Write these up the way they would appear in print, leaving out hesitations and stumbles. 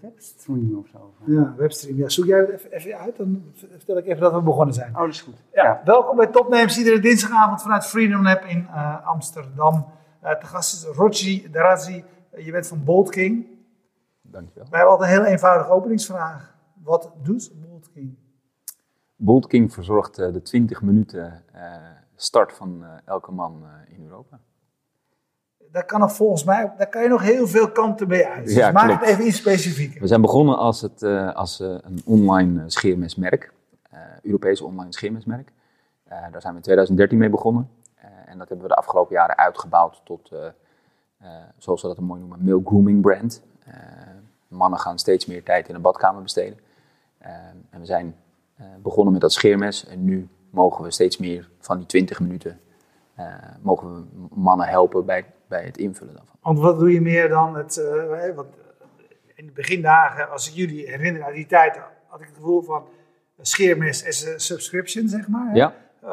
webstream of zo. Ja, webstream. Ja, zoek jij het even uit, dan vertel ik even dat we begonnen zijn. Oh, dat is goed. Ja. Welkom bij Topnames, iedere dinsdagavond vanuit Freedom Lab in Amsterdam. Te gast is Rogi Darazi. Je bent van Bold King. Dankjewel. Wij hebben altijd een heel eenvoudige openingsvraag. Wat doet Bold King? Bold King verzorgt de 20 minuten start van elke man in Europa. Daar kan je nog heel veel kanten mee uit. Dus Ja, maak klopt. het even iets specifieker. We zijn begonnen als een online scheermesmerk. Europees online scheermesmerk. Daar zijn we in 2013 mee begonnen. En dat hebben we de afgelopen jaren uitgebouwd tot, zoals we dat mooi noemen, male grooming brand. Mannen gaan steeds meer tijd in een badkamer besteden. En we zijn begonnen met dat scheermes. En nu mogen we steeds meer van die 20 minuten mogen we mannen helpen bij het invullen daarvan. Want wat doe je meer dan het... want in de begindagen, als ik jullie herinner aan die tijd, had ik het gevoel van scheermes as a subscription, zeg maar. Ja.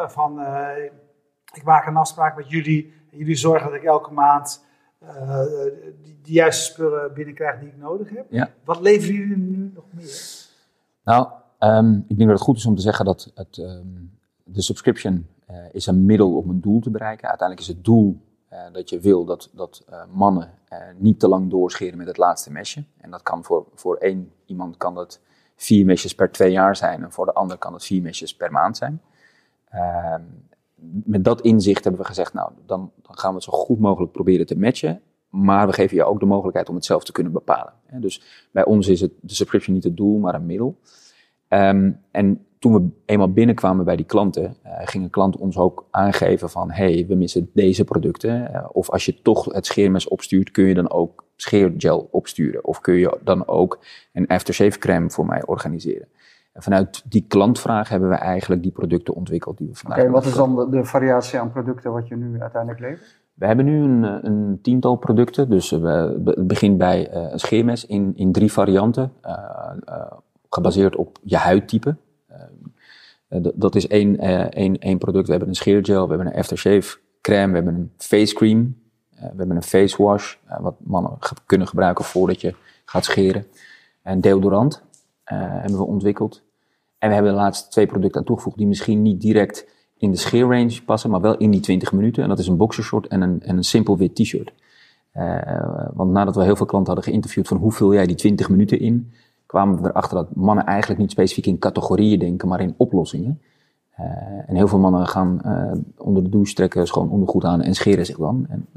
Ik maak een afspraak met jullie. En jullie zorgen dat ik elke maand de juiste spullen binnenkrijg die ik nodig heb. Ja. Wat leveren jullie nu nog meer? Nou, ik denk dat het goed is om te zeggen dat de subscription is een middel om een doel te bereiken. Uiteindelijk is het doel dat je wil dat mannen niet te lang doorscheren met het laatste mesje. En dat kan voor één iemand kan dat 4 mesjes per 2 jaar zijn. En voor de ander kan dat 4 mesjes per maand zijn. Met dat inzicht hebben we gezegd, nou, dan gaan we het zo goed mogelijk proberen te matchen. Maar we geven je ook de mogelijkheid om het zelf te kunnen bepalen. Dus bij ons is de subscription niet het doel, maar een middel. En toen we eenmaal binnenkwamen bij die klanten, gingen klanten ons ook aangeven van, hey, we missen deze producten. Of als je toch het scheermes opstuurt, kun je dan ook scheergel opsturen. Of kun je dan ook een aftershave crème voor mij organiseren. En vanuit die klantvraag hebben we eigenlijk die producten ontwikkeld die we vandaag hebben. Wat is dan de variatie aan producten wat je nu uiteindelijk levert? We hebben nu een 10-tal producten. Dus het begint bij een scheermes in 3 varianten. Gebaseerd op je huidtype. Dat is één product. We hebben een scheergel, we hebben een aftershave crème, we hebben een face cream. We hebben een face wash, wat mannen kunnen gebruiken voordat je gaat scheren. En deodorant hebben we ontwikkeld. En we hebben de laatste 2 producten aan toegevoegd die misschien niet direct in de scheerrange passen, maar wel in die 20 minuten. En dat is een boxershort en een simpel wit t-shirt. Want nadat we heel veel klanten hadden geïnterviewd van hoe vul jij die 20 minuten in, kwamen we erachter dat mannen eigenlijk niet specifiek in categorieën denken, maar in oplossingen. En heel veel mannen gaan onder de douche trekken gewoon ondergoed aan en scheren zich dan. En,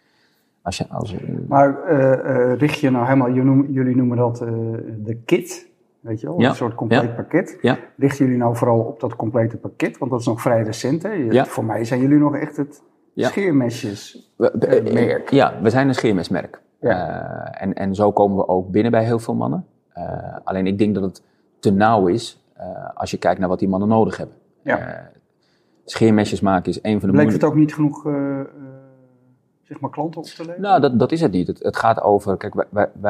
Maar richt je nou helemaal, jullie noemen dat de kit, weet je wel, ja, een soort compleet pakket. Ja. Richten jullie nou vooral op dat complete pakket, want dat is nog vrij recent, hè? Voor mij zijn jullie nog echt het scheermesjesmerk. Ja, we zijn een scheermesmerk. Ja. En zo komen we ook binnen bij heel veel mannen. Alleen ik denk dat het te nauw is als je kijkt naar wat die mannen nodig hebben. Ja. Scheermesjes maken is een van de Bleek het ook niet genoeg zeg maar klanten op te leveren? Nou, dat is het niet. Het gaat over, kijk,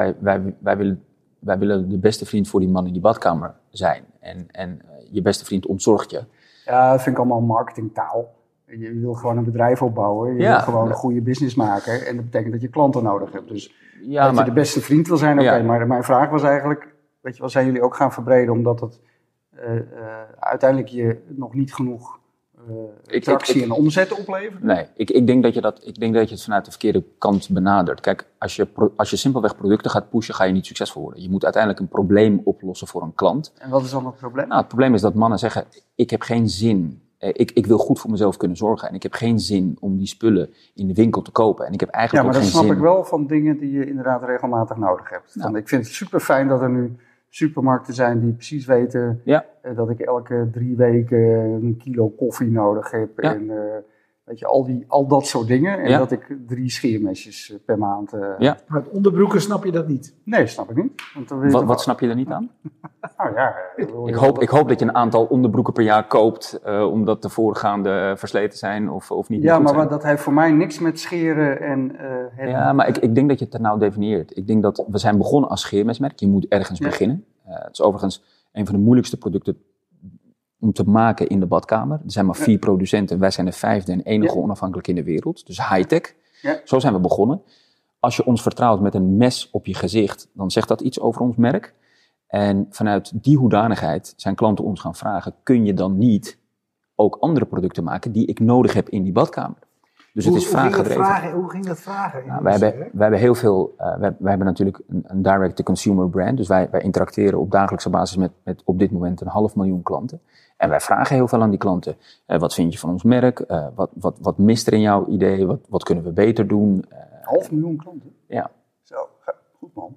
wij willen de beste vriend voor die man in die badkamer zijn. En je beste vriend ontzorgt je. Ja, dat vind ik allemaal marketingtaal. Je wil gewoon een bedrijf opbouwen. Je wil gewoon een goede business maken. En dat betekent dat je klanten nodig hebt. Dus dat je de beste vriend wil zijn, oké. Maar mijn vraag was eigenlijk, weet je wel, zijn jullie ook gaan verbreden omdat het uiteindelijk je nog niet genoeg tractie en omzet oplevert? Nee, ik denk dat je het vanuit de verkeerde kant benadert. Kijk, als je simpelweg producten gaat pushen, ga je niet succesvol worden. Je moet uiteindelijk een probleem oplossen voor een klant. En wat is dan het probleem? Nou, het probleem is dat mannen zeggen, ik heb geen zin. Ik wil goed voor mezelf kunnen zorgen. En ik heb geen zin om die spullen in de winkel te kopen. En ik heb eigenlijk ook geen zin. Ja, maar dat snap ik wel van dingen die je inderdaad regelmatig nodig hebt. Nou. Ik vind het super fijn dat er nu supermarkten zijn die precies weten dat ik elke 3 weken 1 kilo koffie nodig heb. Ja. En weet je, al dat soort dingen. En dat ik 3 scheermesjes per maand... Maar met onderbroeken snap je dat niet? Nee, snap ik niet. Want Wat snap je er niet aan? Nou ja... Ik hoop dat je een aantal onderbroeken per jaar koopt, omdat de voorgaande versleten zijn of niet. Ja, maar zijn. dat heeft voor mij niks met scheren en... Ja, maar ik denk dat je het er nou definieert. Ik denk dat we zijn begonnen als scheermesmerk. Je moet ergens beginnen. Het is overigens een van de moeilijkste producten om te maken in de badkamer. Er zijn maar 4 producenten. Wij zijn de 5e en enige onafhankelijk in de wereld. Dus high-tech. Ja. Zo zijn we begonnen. als je ons vertrouwt met een mes op je gezicht, dan zegt dat iets over ons merk. En vanuit die hoedanigheid zijn klanten ons gaan vragen, kun je dan niet ook andere producten maken die ik nodig heb in die badkamer? Dus het is vraaggedreven. Hoe ging dat vragen? Nou, wij hebben heel veel, wij hebben natuurlijk een direct-to-consumer brand. Dus wij interacteren op dagelijkse basis met op dit moment 500.000 klanten. En wij vragen heel veel aan die klanten. Wat vind je van ons merk? Wat mist er in jouw idee? Wat kunnen we beter doen? 500.000 klanten? Ja. Zo, goed man.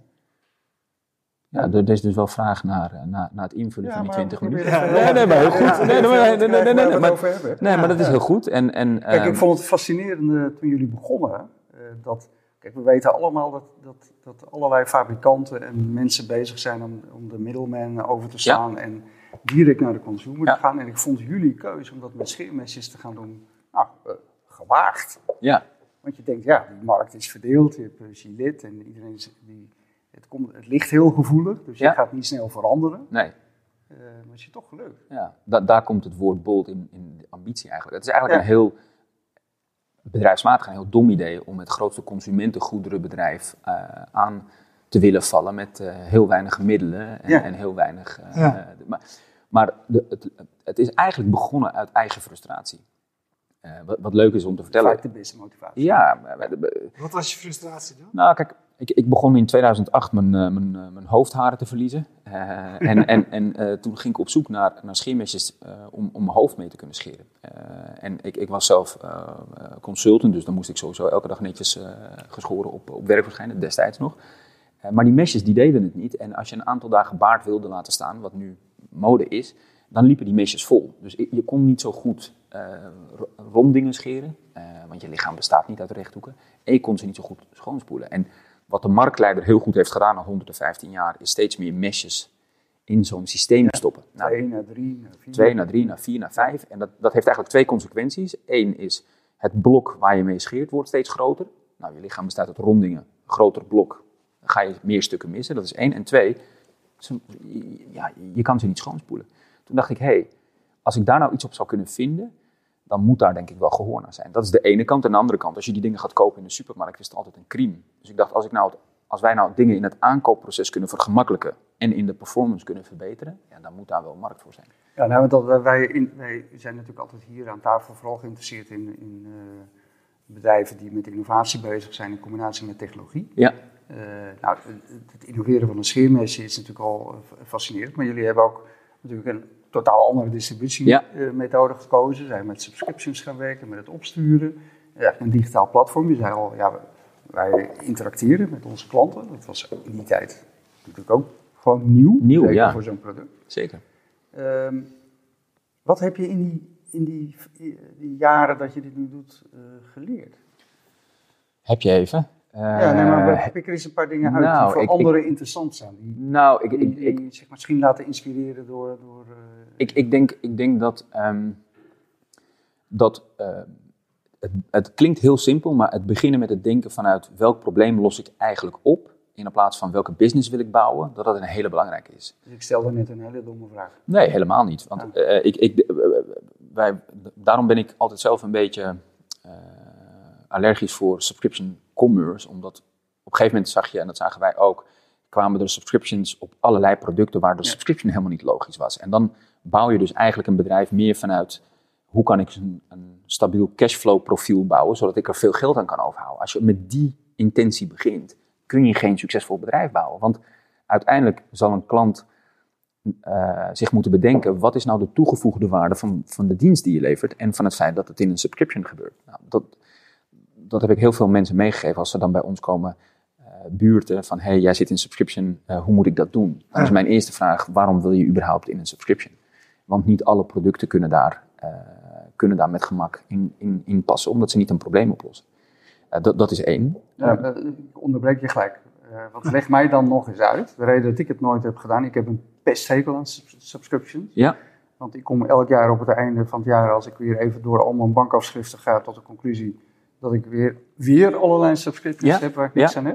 Ja, er is dus wel vraag naar het invullen van die 20 minuten. Nee, maar heel goed. Nee, maar dat is heel goed. Kijk, ik vond het fascinerend toen jullie begonnen. Kijk, we weten allemaal dat allerlei fabrikanten en mensen bezig zijn om de middleman over te slaan en direct naar de consumer te gaan. En ik vond jullie keuze om dat met scheermesjes te gaan doen, gewaagd. Ja. Want je denkt, die markt is verdeeld. Je hebt Gillette en iedereen het ligt heel gevoelig, dus je gaat niet snel veranderen. Nee. Maar het is je toch gelukt. Ja, daar komt het woord bold in de ambitie eigenlijk. Het is eigenlijk een heel bedrijfsmatig een heel dom idee om het grootste consumentengoederenbedrijf aan te willen vallen met heel weinig middelen en heel weinig... Maar het is eigenlijk begonnen uit eigen frustratie. Wat leuk is om te vertellen. Vaak de beste motivatie. Ja. Wat was je frustratie dan? Nou, kijk, ik begon in 2008 mijn hoofdharen te verliezen. Toen ging ik op zoek naar scheermesjes om mijn hoofd mee te kunnen scheren. En ik was zelf consultant, dus dan moest ik sowieso elke dag netjes geschoren op werk verschijnen, destijds nog. Maar die mesjes die deden het niet. En als je een aantal dagen baard wilde laten staan, wat nu mode is, dan liepen die mesjes vol. Dus je kon niet zo goed ronddingen scheren, want je lichaam bestaat niet uit rechthoeken. En je kon ze niet zo goed schoonspoelen. En wat de marktleider heel goed heeft gedaan na 115 jaar, is steeds meer mesjes in zo'n systeem stoppen. 2 naar 3 naar 4. 2 naar 3 naar 4 naar 5. En dat heeft eigenlijk 2 consequenties. Eén is, het blok waar je mee scheert wordt steeds groter. Nou, je lichaam bestaat uit rondingen. Een groter blok, dan ga je meer stukken missen. Dat is 1. En 2, je kan ze niet schoonspoelen. Toen dacht ik, als ik daar nou iets op zou kunnen vinden, dan moet daar denk ik wel gehoor naar zijn. Dat is de ene kant. En de andere kant, als je die dingen gaat kopen in de supermarkt, is het altijd een crime. Dus ik dacht, als wij nou dingen in het aankoopproces kunnen vergemakkelijken en in de performance kunnen verbeteren, dan moet daar wel markt voor zijn. Ja, nou, wij zijn natuurlijk altijd hier aan tafel vooral geïnteresseerd in bedrijven die met innovatie bezig zijn in combinatie met technologie. Ja. Het innoveren van een scheermesje is natuurlijk al fascinerend, maar jullie hebben ook natuurlijk een totaal andere distributiemethode gekozen. Zijn met subscriptions gaan werken, met het opsturen. Een digitaal platform. Je zei al, wij interacteren met onze klanten. Dat was in die tijd natuurlijk ook gewoon nieuw voor zo'n product. Zeker. Wat heb je in die jaren dat je dit nu doet geleerd? Heb je even? Maar pik er eens een paar dingen uit die voor anderen interessant zijn. Die zich misschien laten inspireren door Ik denk dat het klinkt heel simpel, maar het beginnen met het denken vanuit welk probleem los ik eigenlijk op, in plaats van welke business wil ik bouwen, dat een hele belangrijke is. Dus ik stelde net een hele domme vraag. Nee, helemaal niet. Want daarom ben ik altijd zelf een beetje allergisch voor subscription commerce, omdat op een gegeven moment zag je, en dat zagen wij ook, kwamen er subscriptions op allerlei producten waar de subscription helemaal niet logisch was. En dan bouw je dus eigenlijk een bedrijf meer vanuit, hoe kan ik een stabiel cashflow profiel bouwen, zodat ik er veel geld aan kan overhouden. Als je met die intentie begint, kun je geen succesvol bedrijf bouwen. Want uiteindelijk zal een klant zich moeten bedenken, wat is nou de toegevoegde waarde van de dienst die je levert en van het feit dat het in een subscription gebeurt. Nou, dat heb ik heel veel mensen meegegeven als ze dan bij ons komen buurten van, jij zit in een subscription, hoe moet ik dat doen? Dat is mijn eerste vraag, waarom wil je überhaupt in een subscription? Want niet alle producten kunnen daar met gemak in passen, omdat ze niet een probleem oplossen. Dat is 1. Ik onderbreek je gelijk. Want leg mij dan nog eens uit. De reden dat ik het nooit heb gedaan, ik heb een pesthekel aan subscriptions. Ja. Want ik kom elk jaar op het einde van het jaar, als ik weer even door al mijn bankafschriften ga, tot de conclusie dat ik weer allerlei subscriptions heb waar ik niks aan heb.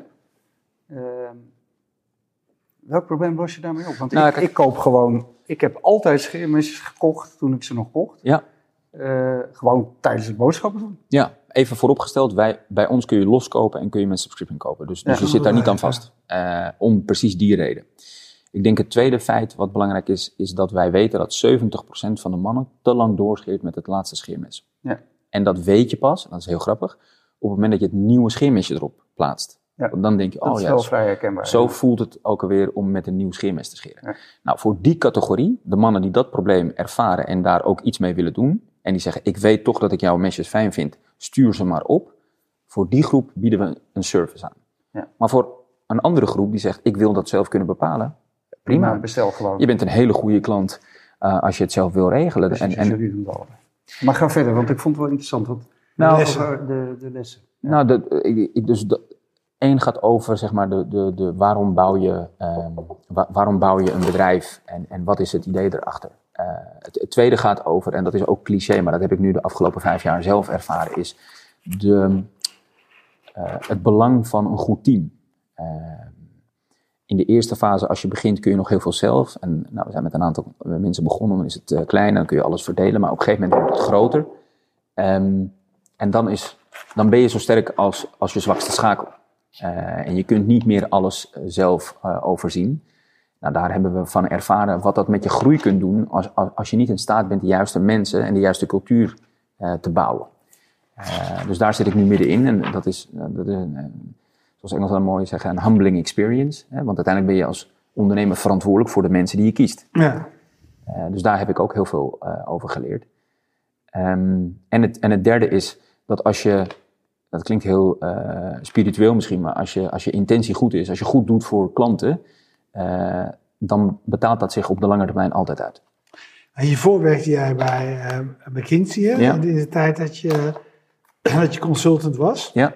Welk probleem los je daarmee op? Want ik koop gewoon, ik heb altijd scheermesjes gekocht toen ik ze nog kocht. Ja. Gewoon tijdens het boodschappen doen. Ja. even vooropgesteld, bij ons kun je loskopen en kun je met subscription kopen. Dus je zit daar niet aan vast. Om precies die reden. Ik denk het tweede feit wat belangrijk is dat wij weten dat 70% van de mannen te lang doorscheert met het laatste scheermes. Ja. En dat weet je pas, en dat is heel grappig, op het moment dat je het nieuwe scheermesje erop plaatst. Ja. Dan denk je, dat is wel vrij herkenbaar. Zo voelt het ook alweer om met een nieuw scheermes te scheren. Ja. Nou, voor die categorie, de mannen die dat probleem ervaren en daar ook iets mee willen doen, en die zeggen, ik weet toch dat ik jouw mesjes fijn vind, stuur ze maar op. Voor die groep bieden we een service aan. Ja. Maar voor een andere groep die zegt, ik wil dat zelf kunnen bepalen, prima. Bestel gewoon. Je bent een hele goede klant als je het zelf wil regelen. Maar ga verder, want ik vond het wel interessant. Want de lessen. Ja. Nou, één gaat over, zeg maar, waarom bouw je een bedrijf en wat is het idee erachter. Het tweede gaat over, en dat is ook cliché, maar dat heb ik nu de afgelopen 5 jaar zelf ervaren, is het belang van een goed team. In de eerste fase, als je begint, kun je nog heel veel zelf. En we zijn met een aantal mensen begonnen, dan is het klein, dan kun je alles verdelen. Maar op een gegeven moment wordt het groter. En dan ben je zo sterk als je zwakste schakel. En je kunt niet meer alles zelf overzien. Nou, daar hebben we van ervaren wat dat met je groei kunt doen als je niet in staat bent de juiste mensen en de juiste cultuur te bouwen. Dus daar zit ik nu middenin. En dat is zoals Engels dan mooi zeggen, een humbling experience. Hè? Want uiteindelijk ben je als ondernemer verantwoordelijk voor de mensen die je kiest. Ja. Dus daar heb ik ook heel veel over geleerd. En het derde is dat als je, dat klinkt heel spiritueel misschien, maar als je intentie goed is, als je goed doet voor klanten, dan betaalt dat zich op de lange termijn altijd uit. En hiervoor werkte jij bij McKinsey, in de tijd dat je consultant was. Ja.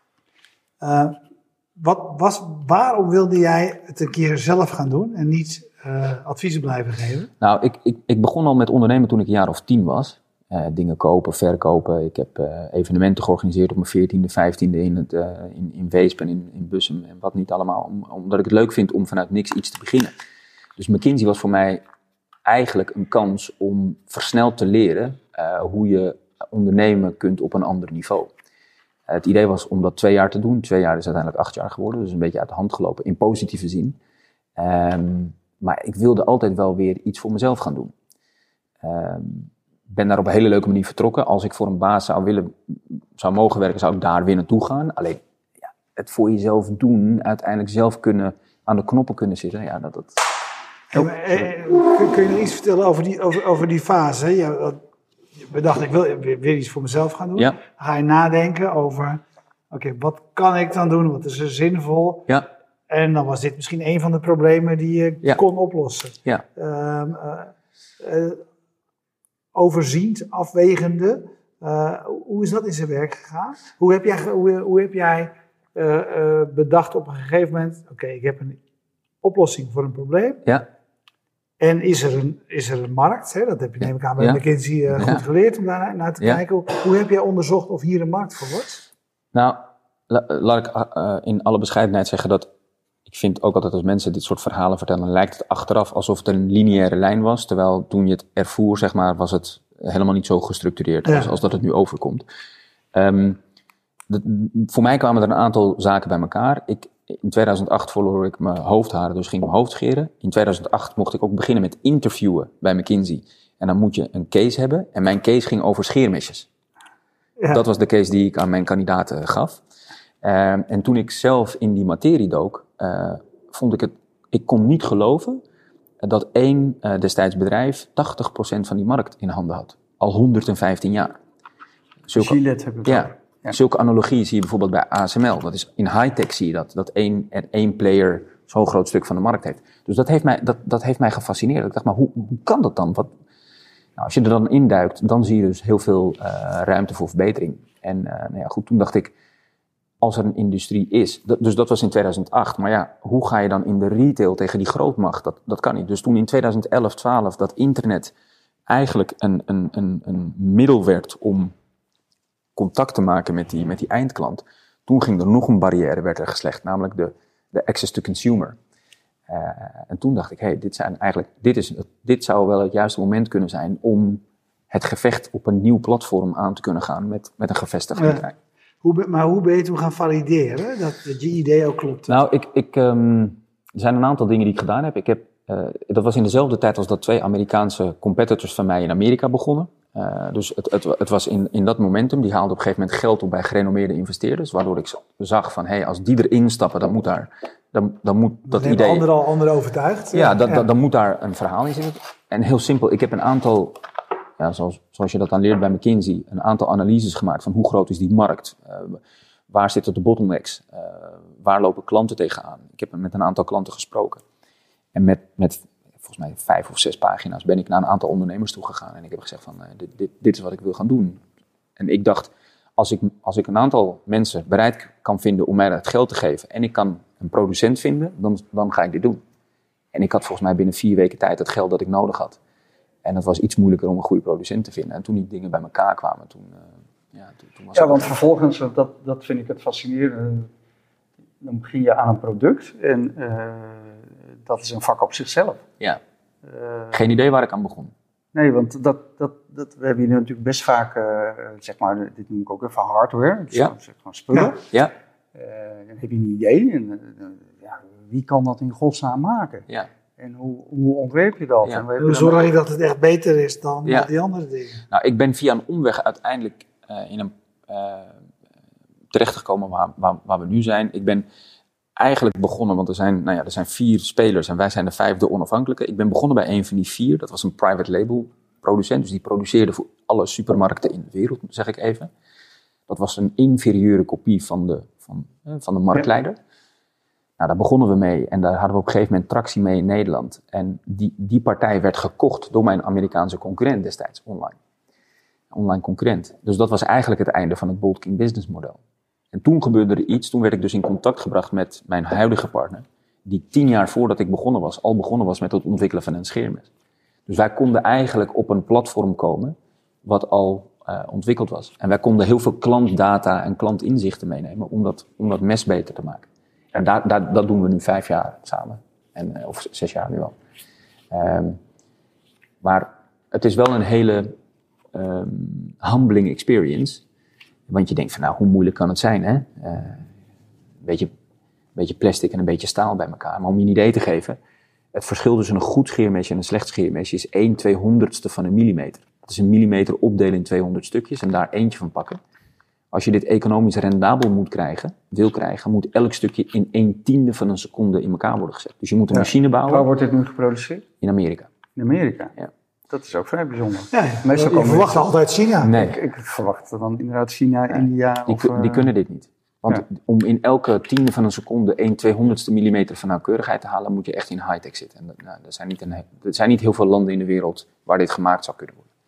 Waarom wilde jij het een keer zelf gaan doen en niet adviezen blijven geven? Nou, ik begon al met ondernemen toen ik een jaar of 10 was. Dingen kopen, verkopen. Ik heb evenementen georganiseerd op mijn 14e, 15e in Weesp en in Bussum en wat niet allemaal. Omdat ik het leuk vind om vanuit niks iets te beginnen. Dus McKinsey was voor mij eigenlijk een kans om versneld te leren hoe je ondernemen kunt op een ander niveau. Het idee was om dat 2 jaar te doen. 2 jaar is uiteindelijk 8 jaar geworden. Dus een beetje uit de hand gelopen in positieve zin. Maar ik wilde altijd wel weer iets voor mezelf gaan doen. Ben daar op een hele leuke manier vertrokken. Als ik voor een baas zou mogen werken, zou ik daar weer naartoe gaan. Alleen het voor jezelf doen, uiteindelijk zelf aan de knoppen kunnen zitten. Ja, kun je nog iets vertellen over die fase? Je bedacht, ik wil weer iets voor mezelf gaan doen. Ja. Dan ga je nadenken over, oké, wat kan ik dan doen? Wat is er zinvol? Ja. En dan was dit misschien een van de problemen die je kon oplossen. Ja. Overziend, afwegende. Hoe is dat in zijn werk gegaan? Hoe heb jij bedacht op een gegeven moment, oké, ik heb een oplossing voor een probleem. Ja. En is er een markt? Hè? Dat heb je neem ik aan bij McKinsey goed geleerd om daar naar te kijken. Hoe heb jij onderzocht of hier een markt voor wordt? Nou, laat ik in alle bescheidenheid zeggen dat ik vind ook altijd als mensen dit soort verhalen vertellen, lijkt het achteraf alsof het een lineaire lijn was. Terwijl toen je het ervoer, zeg maar, was het helemaal niet zo gestructureerd als dat het nu overkomt. Voor mij kwamen er een aantal zaken bij elkaar. In 2008 verloor ik mijn hoofdharen, dus ging ik mijn hoofd scheren. In 2008 mocht ik ook beginnen met interviewen bij McKinsey. En dan moet je een case hebben. En mijn case ging over scheermesjes. Ja. Dat was de case die ik aan mijn kandidaten gaf. En toen ik zelf in die materie dook, vond ik kon niet geloven dat één destijds bedrijf 80% van die markt in handen had. Al 115 jaar. Gillette heb ik ja. Ja. Zulke analogieën zie je bijvoorbeeld bij ASML. Dat is in high-tech zie je dat één player zo'n groot stuk van de markt heeft. Dus dat heeft mij gefascineerd. Ik dacht, maar hoe kan dat dan? Nou, als je er dan induikt, dan zie je dus heel veel ruimte voor verbetering. En goed, toen dacht ik, als er een industrie is, dus dat was in 2008. Maar ja, hoe ga je dan in de retail tegen die grootmacht? Dat kan niet. Dus toen in 2011, 12 dat internet eigenlijk een middel werd om contact te maken met die eindklant. Toen ging er nog een barrière, werd er geslecht, namelijk de access to consumer. En toen dacht ik, dit zou wel het juiste moment kunnen zijn om het gevecht op een nieuw platform aan te kunnen gaan met een gevestigd bedrijf. Maar hoe ben je toen gaan valideren dat je idee ook klopt? Nou, er zijn een aantal dingen die ik gedaan heb. Dat was in dezelfde tijd als dat 2 Amerikaanse competitors van mij in Amerika begonnen. Dus het was in dat momentum, die haalden op een gegeven moment geld op bij gerenommeerde investeerders, waardoor ik zag van, als die erin stappen, dan moet dat idee... Anderen overtuigd. Ja, dan moet daar een verhaal in zitten. En heel simpel, ik heb een aantal, zoals je dat dan leert bij McKinsey, een aantal analyses gemaakt van hoe groot is die markt, waar zitten de bottlenecks, waar lopen klanten tegenaan. Ik heb met een aantal klanten gesproken. En met volgens mij 5 of 6 pagina's ben ik naar een aantal ondernemers toegegaan. En ik heb gezegd van, dit is wat ik wil gaan doen. En ik dacht, als ik een aantal mensen bereid kan vinden om mij het geld te geven en ik kan een producent vinden, dan ga ik dit doen. En ik had volgens mij binnen 4 weken tijd het geld dat ik nodig had. En het was iets moeilijker om een goede producent te vinden. En toen die dingen bij elkaar kwamen, toen was het... want vervolgens, dat vind ik het fascinerende, dan begin je aan een product en dat is een vak op zichzelf. Ja. Geen idee waar ik aan begon. Nee, want we hebben hier natuurlijk best vaak, dit noem ik ook even hardware. Dus zeg maar spullen. Ja. Dan heb je een idee en wie kan dat in godsnaam maken? Ja. En hoe ontwerp je dat? Ja. Hoe zorg je dat het echt beter is dan die andere dingen? Nou, ik ben via een omweg uiteindelijk terechtgekomen waar we nu zijn. Ik ben eigenlijk begonnen, want er zijn 4 spelers en wij zijn de 5e onafhankelijke. Ik ben begonnen bij een van die 4. Dat was een private label producent. Dus die produceerde voor alle supermarkten in de wereld, zeg ik even. Dat was een inferieure kopie van de marktleider. Ja. Nou, daar begonnen we mee en daar hadden we op een gegeven moment tractie mee in Nederland. En die partij werd gekocht door mijn Amerikaanse concurrent destijds, online concurrent. Dus dat was eigenlijk het einde van het Bold King business model. En toen gebeurde er iets, toen werd ik dus in contact gebracht met mijn huidige partner, die 10 jaar voordat ik al begonnen was met het ontwikkelen van een scheermes. Dus wij konden eigenlijk op een platform komen wat al ontwikkeld was. En wij konden heel veel klantdata en klantinzichten meenemen om dat mes beter te maken. En dat doen we nu 5 jaar samen. Of 6 jaar nu al. Maar het is wel een hele humbling experience. Want je denkt van, hoe moeilijk kan het zijn, hè? Een beetje plastic en een beetje staal bij elkaar. Maar om je een idee te geven, het verschil tussen een goed scheermesje en een slecht scheermesje is 1/200ste van een millimeter. Dat is een millimeter opdelen in 200 stukjes en daar eentje van pakken. Als je dit economisch rendabel wil krijgen, moet elk stukje in 1/10 van een seconde in elkaar worden gezet. Dus je moet een machine bouwen. Waar wordt dit nu geproduceerd? In Amerika. In Amerika? Ja. Dat is ook vrij bijzonder. Ja, je verwacht altijd China. Nee. Ik verwacht dan inderdaad China, India. Die kunnen dit niet. Want om in elke 10e van een seconde 1/200ste millimeter van nauwkeurigheid te halen, moet je echt in high-tech zitten. En er zijn niet heel veel landen in de wereld waar dit gemaakt zou kunnen worden.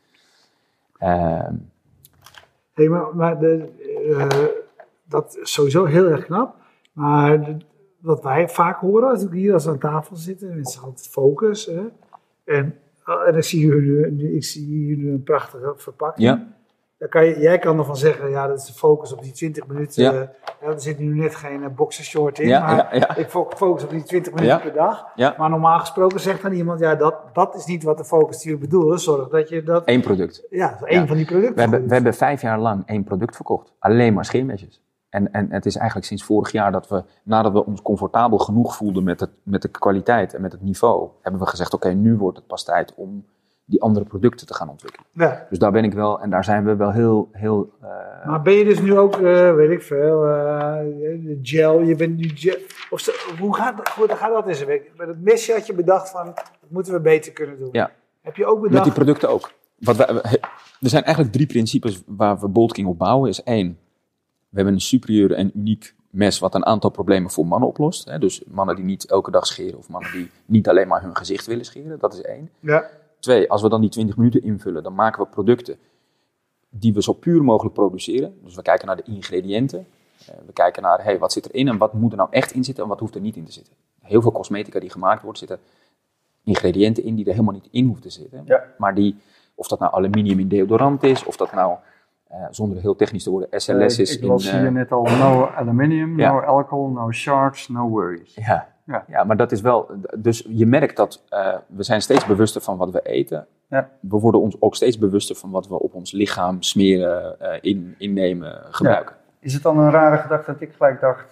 Maar dat is sowieso heel erg knap. Maar wat wij vaak horen, als we hier aan tafel zitten, mensen altijd focus. En ik zie hier nu een prachtige verpakking. Ja. Jij kan ervan zeggen, dat is de focus op die 20 minuten. Ja. Er zit nu net geen boxershort in, maar ik focus op die 20 minuten per dag. Ja. Maar normaal gesproken zegt dan iemand, dat is niet wat de focus die we bedoelen. Zorg dat je dat... Eén product. Ja, één van die producten. We hebben 5 jaar lang 1 product verkocht. Alleen maar scheermesjes. En het is eigenlijk sinds vorig jaar dat we, nadat we ons comfortabel genoeg voelden met de kwaliteit en met het niveau, hebben we gezegd, oké, nu wordt het pas tijd om die andere producten te gaan ontwikkelen. Ja. Dus daar ben ik wel, en daar zijn we wel heel... Maar ben je dus nu ook, weet ik veel, gel, je bent nu gel... Hoe gaat dat in zijn werk? Met het mesje had je bedacht van, dat moeten we beter kunnen doen. Ja. Heb je ook bedacht... Met die producten ook. Er zijn eigenlijk 3 principes waar we Bold King op bouwen. Is 1, we hebben een superieur en uniek mes wat een aantal problemen voor mannen oplost. Hè? Dus mannen die niet elke dag scheren of mannen die niet alleen maar hun gezicht willen scheren. Dat is 1. Ja. 2, als we dan die 20 minuten invullen, dan maken we producten die we zo puur mogelijk produceren. Dus we kijken naar de ingrediënten. We kijken naar, wat zit erin en wat moet er nou echt in zitten en wat hoeft er niet in te zitten. Heel veel cosmetica die gemaakt wordt, zitten ingrediënten in die er helemaal niet in hoeven te zitten. Ja. Maar of dat nou aluminium in deodorant is, of dat nou, zonder heel technisch te worden, SLS is ik las hier net al, no aluminium, no alcohol, no sharks, no worries. Ja. Ja, maar dat is wel... Dus je merkt dat we zijn steeds bewuster van wat we eten. Ja. We worden ons ook steeds bewuster van wat we op ons lichaam smeren, innemen, gebruiken. Ja. Is het dan een rare gedachte dat ik gelijk dacht...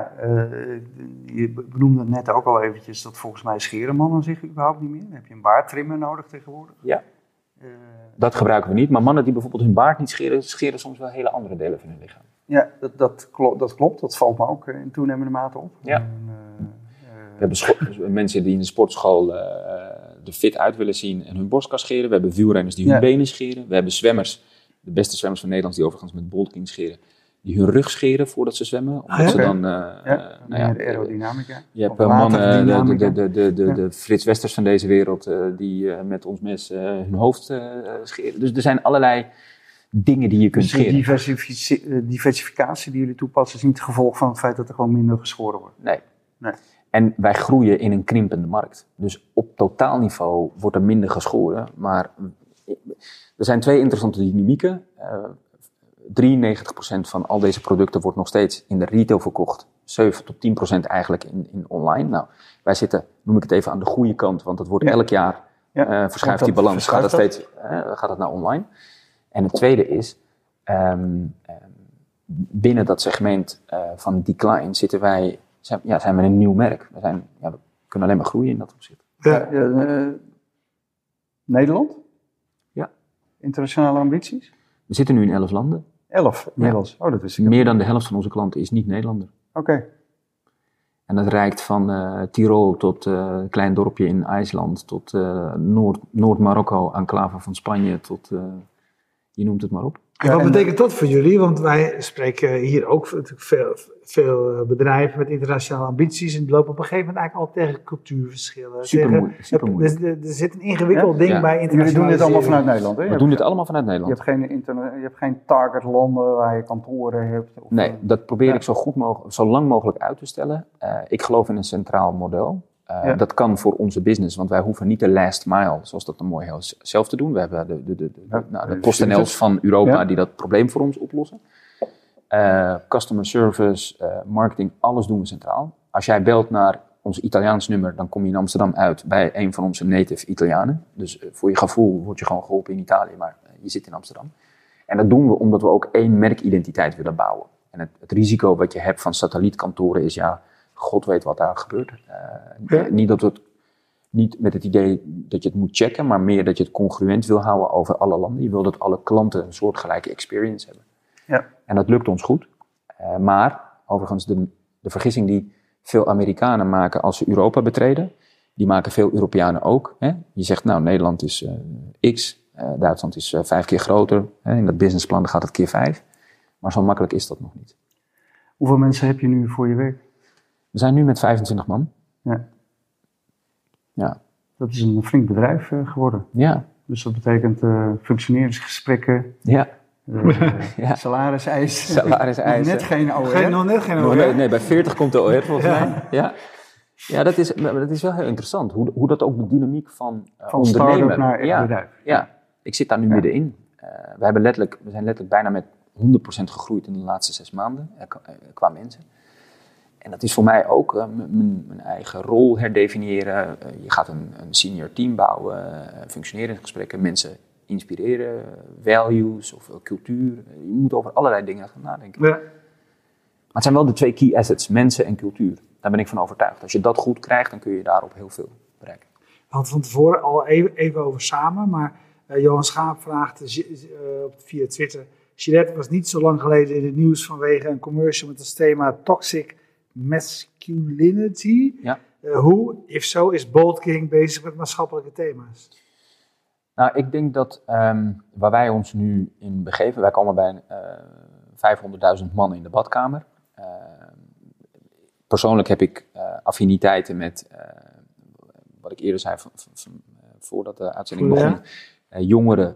je benoemde het net ook al eventjes... dat volgens mij scheren mannen zich überhaupt niet meer. Dan heb je een baardtrimmer nodig tegenwoordig. Ja. Dat gebruiken we niet. Maar mannen die bijvoorbeeld hun baard niet scheren... scheren soms wel hele andere delen van hun lichaam. Ja, dat klopt. Dat valt me ook in toenemende mate op. Ja. We hebben mensen die in de sportschool de fit uit willen zien en hun borstkas scheren. We hebben wielrenners die hun benen scheren. We hebben zwemmers, de beste zwemmers van Nederland, die overigens met Boltking scheren, die hun rug scheren voordat ze zwemmen. Omdat ze dan... de aerodynamica. Je hebt mannen, de Frits Westers van deze wereld, die met ons mes hun hoofd scheren. Dus er zijn allerlei dingen die je kunt scheren. Diversificatie die jullie toepassen is niet het gevolg van het feit dat er gewoon minder geschoren wordt. Nee. En wij groeien in een krimpende markt. Dus op totaalniveau wordt er minder geschoren. Maar er zijn twee interessante dynamieken. 93% van al deze producten wordt nog steeds in de retail verkocht. 7 tot 10% eigenlijk in online. Nou, wij zitten, noem ik het even, aan de goede kant. Want het wordt elk jaar verschuift die balans. Gaat het naar online. En het tweede is, binnen dat segment van decline zijn we een nieuw merk. We kunnen alleen maar groeien in dat opzicht. Nederland? Ja. Internationale ambities? We zitten nu in 11 landen. 11 inmiddels? Ja. Dat wist ik. Meer dan de helft van onze klanten is niet Nederlander. Oké. En dat reikt van Tirol tot een klein dorpje in IJsland, tot Noord-Marokko, enclave van Spanje, tot je noemt het maar op. En wat betekent dat voor jullie? Want wij spreken hier ook natuurlijk veel bedrijven met internationale ambities. En die lopen op een gegeven moment eigenlijk al tegen cultuurverschillen. Super moeilijk. Er zit een ingewikkeld ding bij internationalisering. Jullie doen dit allemaal vanuit Nederland, hè? We doen dit allemaal vanuit Nederland. Je hebt geen target landen waar je kantoren hebt? Nee, dat probeer ik zo lang mogelijk uit te stellen. Ik geloof in een centraal model. Dat kan voor onze business, want wij hoeven niet de last mile, zoals dat dan mooi heel zelf te doen. We hebben de PostNL's van Europa die dat probleem voor ons oplossen. Customer service, marketing, alles doen we centraal. Als jij belt naar ons Italiaans nummer, dan kom je in Amsterdam uit bij een van onze native Italianen. Dus voor je gevoel word je gewoon geholpen in Italië, maar je zit in Amsterdam. En dat doen we omdat we ook één merkidentiteit willen bouwen. En het risico wat je hebt van satellietkantoren is God weet wat daar gebeurt. Niet dat het niet met het idee dat je het moet checken, maar meer dat je het congruent wil houden over alle landen. Je wil dat alle klanten een soortgelijke experience hebben. Ja. En dat lukt ons goed. Maar overigens de vergissing die veel Amerikanen maken als ze Europa betreden, die maken veel Europeanen ook. Hè? Je zegt Nederland is X, Duitsland is 5 keer groter. Hè? In dat businessplan gaat het keer 5. Maar zo makkelijk is dat nog niet. Hoeveel mensen heb je nu voor je werk? We zijn nu met 25 man. Ja. Dat is een flink bedrijf geworden. Ja. Dus dat betekent functioneringsgesprekken. Ja. Salariseisen. Net geen OR. Nog geen OR. Nee, bij 40 komt de OR volgens mij. Ja, dat is wel heel interessant. Hoe dat ook de dynamiek van ondernemen. Naar echt bedrijf. Ja, ik zit daar nu middenin. We zijn letterlijk bijna met 100% gegroeid in de laatste 6 maanden qua mensen. En dat is voor mij ook mijn eigen rol herdefiniëren. Je gaat een senior team bouwen, functioneringsgesprekken, mensen inspireren, values of cultuur. Je moet over allerlei dingen gaan nadenken. Ja. Maar het zijn wel de 2 key assets, mensen en cultuur. Daar ben ik van overtuigd. Als je dat goed krijgt, dan kun je daarop heel veel bereiken. We hadden van tevoren al even over samen, maar Johan Schaap vraagt via Twitter. Gillette was niet zo lang geleden in het nieuws vanwege een commercial met het thema Toxic Masculinity. Ja. Hoe, if zo, is Boltking bezig met maatschappelijke thema's? Nou, ik denk dat waar wij ons nu in begeven, wij komen bij 500.000 man in de badkamer. Persoonlijk heb ik affiniteiten met, wat ik eerder zei voordat de uitzending begon, jongeren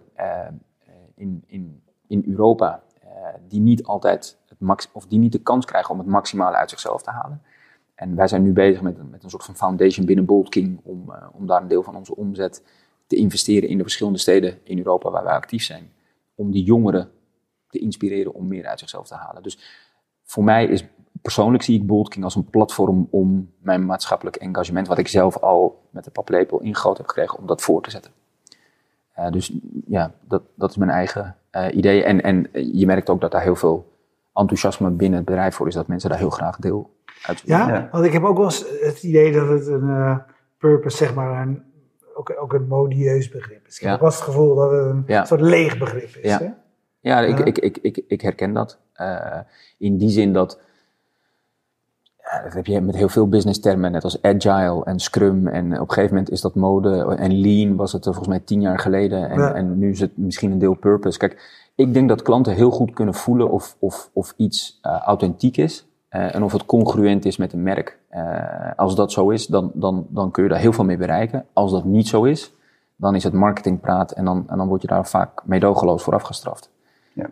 in Europa die niet altijd die niet de kans krijgen om het maximale uit zichzelf te halen. En wij zijn nu bezig met een soort van foundation binnen Boltking om daar een deel van onze omzet te investeren in de verschillende steden in Europa waar wij actief zijn. Om die jongeren te inspireren om meer uit zichzelf te halen. Dus voor mij is persoonlijk zie ik Bold King als een platform om mijn maatschappelijk engagement, wat ik zelf al met de paplepel ingegoten heb gekregen, om dat voor te zetten. Dus ja, dat is mijn eigen idee. En je merkt ook dat daar heel veel enthousiasme binnen het bedrijf voor is, dat mensen daar heel graag deel uit willen. Ja, want ik heb ook wel eens het idee dat het een purpose, zeg maar, ook een modieus begrip is. Ik heb ook wel eens het gevoel dat het een soort leeg begrip is. Ja, hè? Ja, ik herken dat. In die zin dat heb je met heel veel business termen, net als agile en scrum. En op een gegeven moment is dat mode. En lean was het volgens mij 10 jaar geleden. En nu is het misschien een deel purpose. Kijk, ik denk dat klanten heel goed kunnen voelen of iets authentiek is. En of het congruent is met een merk. Als dat zo is, dan kun je daar heel veel mee bereiken. Als dat niet zo is, dan is het marketingpraat. En dan word je daar vaak meedogenloos voor afgestraft. Ja.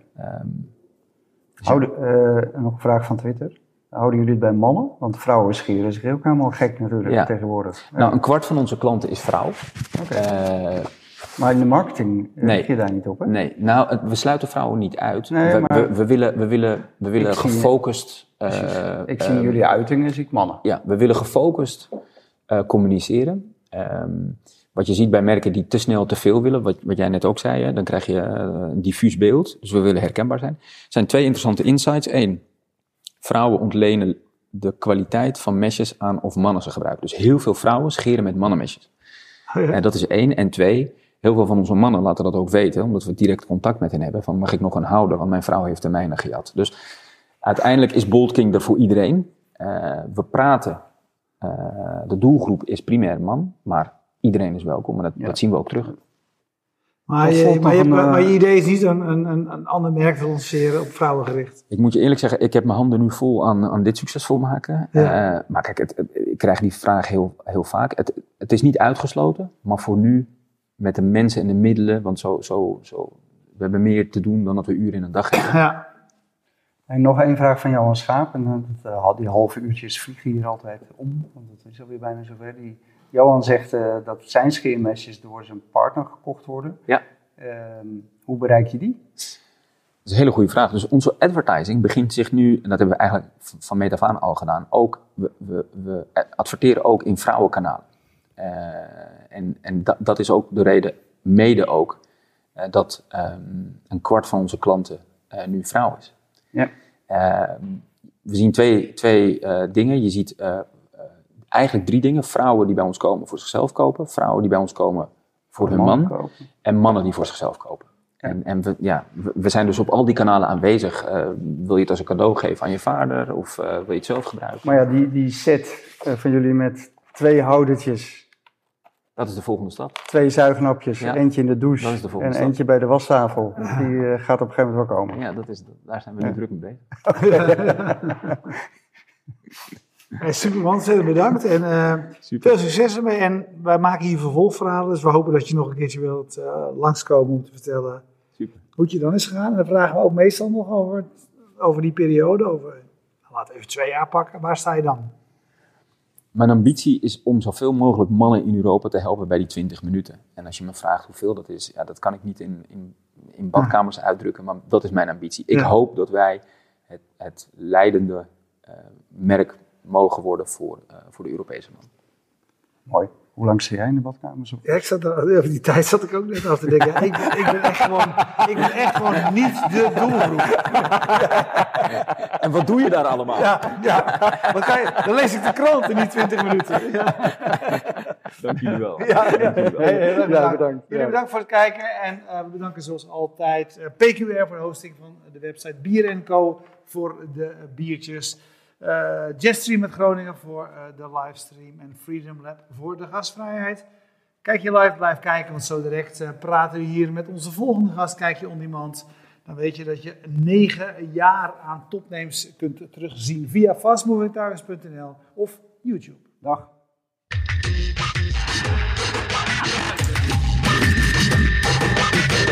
Nog een vraag van Twitter. Houden jullie het bij mannen? Want vrouwen scheren zich ook helemaal gek natuurlijk tegenwoordig. Nou, 1/4 van onze klanten is vrouw. Okay. Maar in de marketing lig je daar niet op, hè? Nee, nou, we sluiten vrouwen niet uit. Nee, we willen gefocust... ik zie jullie uitingen, zie ik mannen. Ja, we willen gefocust communiceren. Wat je ziet bij merken die te snel te veel willen, wat jij net ook zei, hè, dan krijg je een diffuus beeld. Dus we willen herkenbaar zijn. Er zijn 2 interessante insights. 1, vrouwen ontlenen de kwaliteit van meshes aan of mannen ze gebruiken. Dus heel veel vrouwen scheren met mannenmeshes. Oh ja. Dat is 1. En 2, heel veel van onze mannen laten dat ook weten, omdat we direct contact met hen hebben. Van, mag ik nog een houden, want mijn vrouw heeft de mijne gejat. Dus uiteindelijk is Bold King er voor iedereen. We praten, de doelgroep is primair man, maar iedereen is welkom en dat zien we ook terug. Maar je idee is niet een ander merk te lanceren op vrouwen gericht? Ik moet je eerlijk zeggen, ik heb mijn handen nu vol aan dit succesvol maken. Ja. Maar kijk, ik krijg die vraag heel, heel vaak. Het is niet uitgesloten, maar voor nu met de mensen en de middelen, want we hebben meer te doen dan dat we uren in een dag hebben. Ja. En nog 1 vraag van Johan Schaap. En die halve uurtjes vliegen hier altijd om, want het is alweer bijna zover. Johan zegt dat zijn scheermesjes door zijn partner gekocht worden. Ja. Hoe bereik je die? Dat is een hele goede vraag. Dus onze advertising begint zich nu, en dat hebben we eigenlijk van meet af aan al gedaan, ook, we adverteren ook in vrouwenkanalen. En dat is ook de reden, mede ook, dat 1/4 van onze klanten nu vrouw is. Ja. We zien twee dingen. Je ziet eigenlijk 3 dingen. Vrouwen die bij ons komen voor zichzelf kopen. Vrouwen die bij ons komen voor hun man. Kopen. En mannen die voor zichzelf kopen. Ja. En we zijn dus op al die kanalen aanwezig. Wil je het als een cadeau geven aan je vader? Of wil je het zelf gebruiken? Maar ja, die set van jullie met 2 houdertjes. Dat is de volgende stap. 2 zuignapjes, eentje in de douche dat is de volgende en eentje bij de wastafel. Die gaat op een gegeven moment wel komen. Ja, daar zijn we nu druk mee bezig. Super, ontzettend bedankt en veel succes ermee. En wij maken hier vervolgverhalen, dus we hopen dat je nog een keertje wilt langskomen om te vertellen hoe het je dan is gegaan. En dan vragen we ook meestal nog over die periode, laten we even 2 jaar pakken. Waar sta je dan? Mijn ambitie is om zoveel mogelijk mannen in Europa te helpen bij die 20 minuten. En als je me vraagt hoeveel dat is, dat kan ik niet in badkamers uitdrukken, maar dat is mijn ambitie. Ik hoop dat wij het leidende merk mogen worden voor de Europese man. Mooi. Hoe lang sta jij in de badkamers? Ja, over die tijd zat ik ook net af te denken. Ik ben echt gewoon niet de doelgroep. En wat doe je daar allemaal? Dan lees ik de krant in die 20 minuten. Ja. Dank jullie wel. Heel erg bedankt. Jullie bedankt voor het kijken. En we bedanken zoals altijd PQR voor de hosting van de website. Bier & Co voor de biertjes. Jetstream met Groningen voor de livestream en Freedom Lab voor de gastvrijheid. Kijk je live, blijf kijken, want zo direct praten we hier met onze volgende gast. Kijk je on demand, dan weet je dat je 9 jaar aan topnames kunt terugzien via fastmovingtargets.nl of YouTube. Dag.